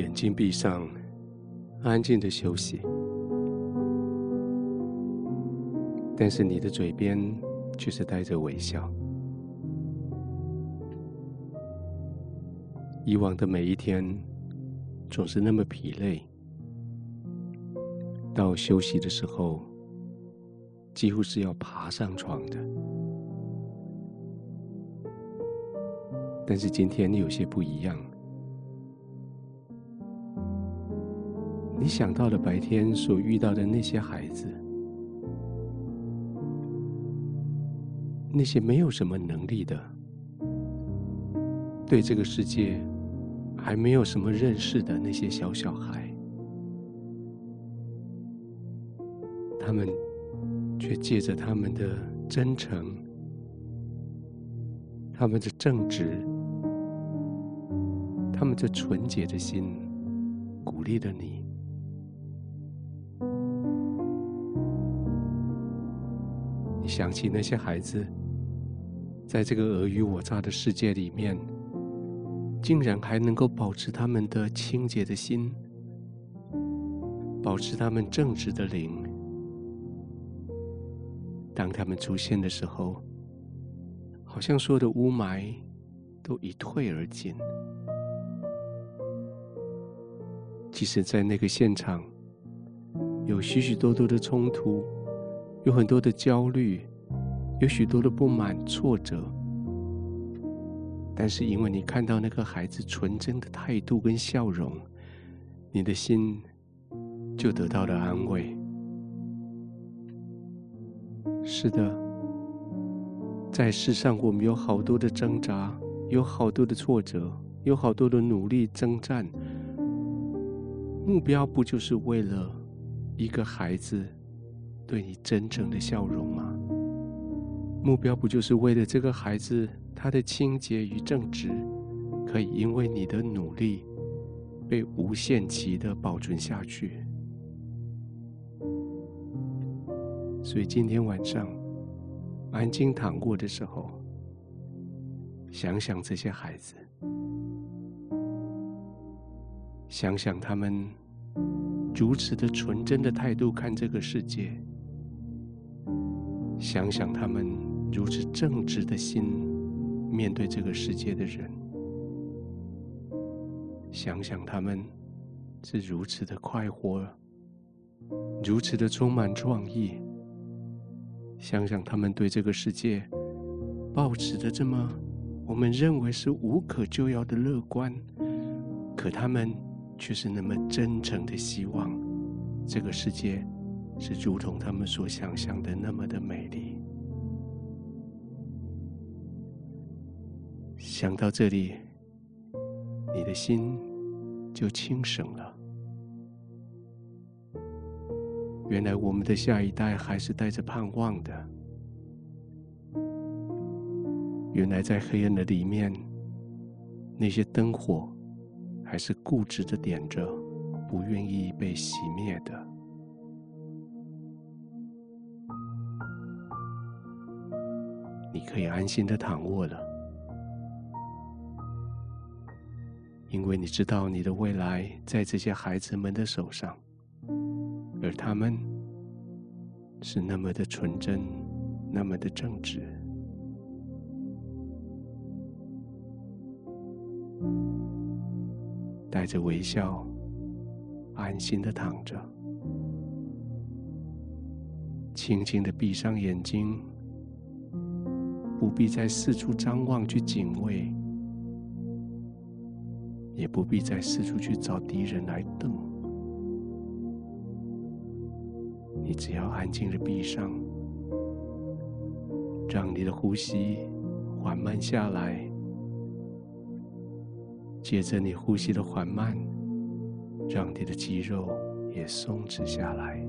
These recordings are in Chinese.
眼睛闭上，安静的休息。但是你的嘴边却是带着微笑。以往的每一天总是那么疲累，到休息的时候几乎是要爬上床的。但是今天有些不一样，你想到了白天所遇到的那些孩子，那些没有什么能力的，对这个世界还没有什么认识的那些小孩，他们却借着他们的真诚，他们的正直，他们这纯洁的心，鼓励了你。你想起那些孩子，在这个尔虞我诈的世界里面，竟然还能够保持他们的清洁的心，保持他们正直的灵。当他们出现的时候，好像所有的雾霾都一退而尽。即使在那个现场有许许多多的冲突，有很多的焦虑，有许多的不满挫折，但是因为你看到那个孩子纯真的态度跟笑容，你的心就得到了安慰。是的，在世上我们有好多的挣扎，有好多的挫折，有好多的努力征战，目标不就是为了一个孩子对你真诚的笑容吗？目标不就是为了这个孩子他的清洁与正直可以因为你的努力被无限期的保存下去？所以今天晚上安静躺过的时候，想想这些孩子，想想他们如此的纯真的态度看这个世界，想想他们如此正直的心面对这个世界的人，想想他们是如此的快活，如此的充满创意，想想他们对这个世界抱持着这么我们认为是无可救药的乐观，可他们却是那么真诚的希望这个世界是如同他们所想象的那么的美丽。想到这里，你的心就轻省了。原来我们的下一代还是带着盼望的，原来在黑暗的里面，那些灯火还是固执的点着，不愿意被熄灭的。你可以安心的躺卧了，因为你知道你的未来在这些孩子们的手上，而他们是那么的纯真，那么的正直。带着微笑，安心的躺着，轻轻的闭上眼睛，不必再四处张望去警卫，也不必再四处去找敌人来瞪。你只要安静的闭上，让你的呼吸缓慢下来，接着你呼吸的缓慢，让你的肌肉也松弛下来。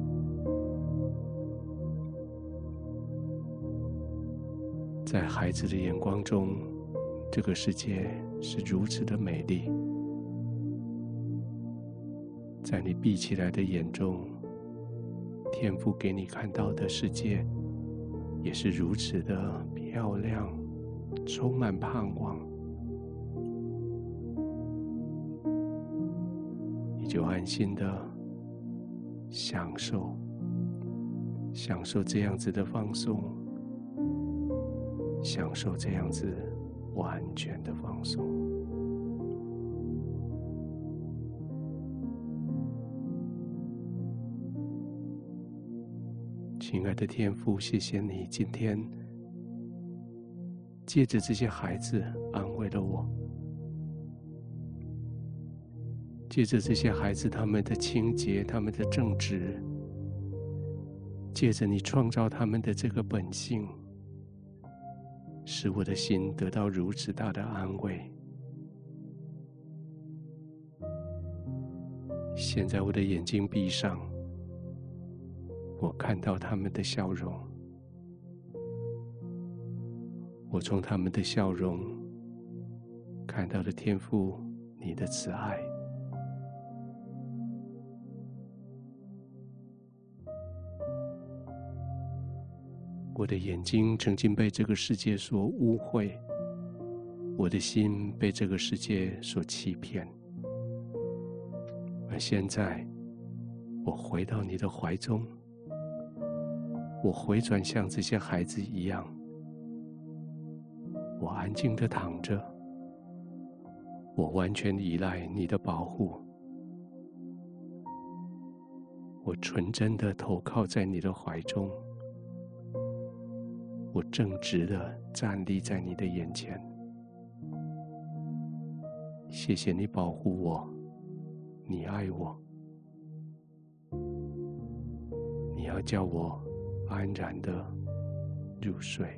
在孩子的眼光中，这个世界是如此的美丽，在你闭起来的眼中，天父给你看到的世界也是如此的漂亮，充满盼望。 就安心的享受这样子的放松，享受这样子完全的放松。亲爱的天父，谢谢你今天借着这些孩子安慰了我，借着这些孩子他们的清洁，他们的正直，借着你创造他们的这个本性，使我的心得到如此大的安慰。现在我的眼睛闭上，我看到他们的笑容，我从他们的笑容看到了天父你的慈爱。我的眼睛曾经被这个世界所污秽，我的心被这个世界所欺骗，而现在我回到你的怀中，我回转像这些孩子一样，我安静地躺着，我完全依赖你的保护，我纯真地投靠在你的怀中，我正直地站立在你的眼前。谢谢你保护我，你爱我，你要叫我安然地入睡。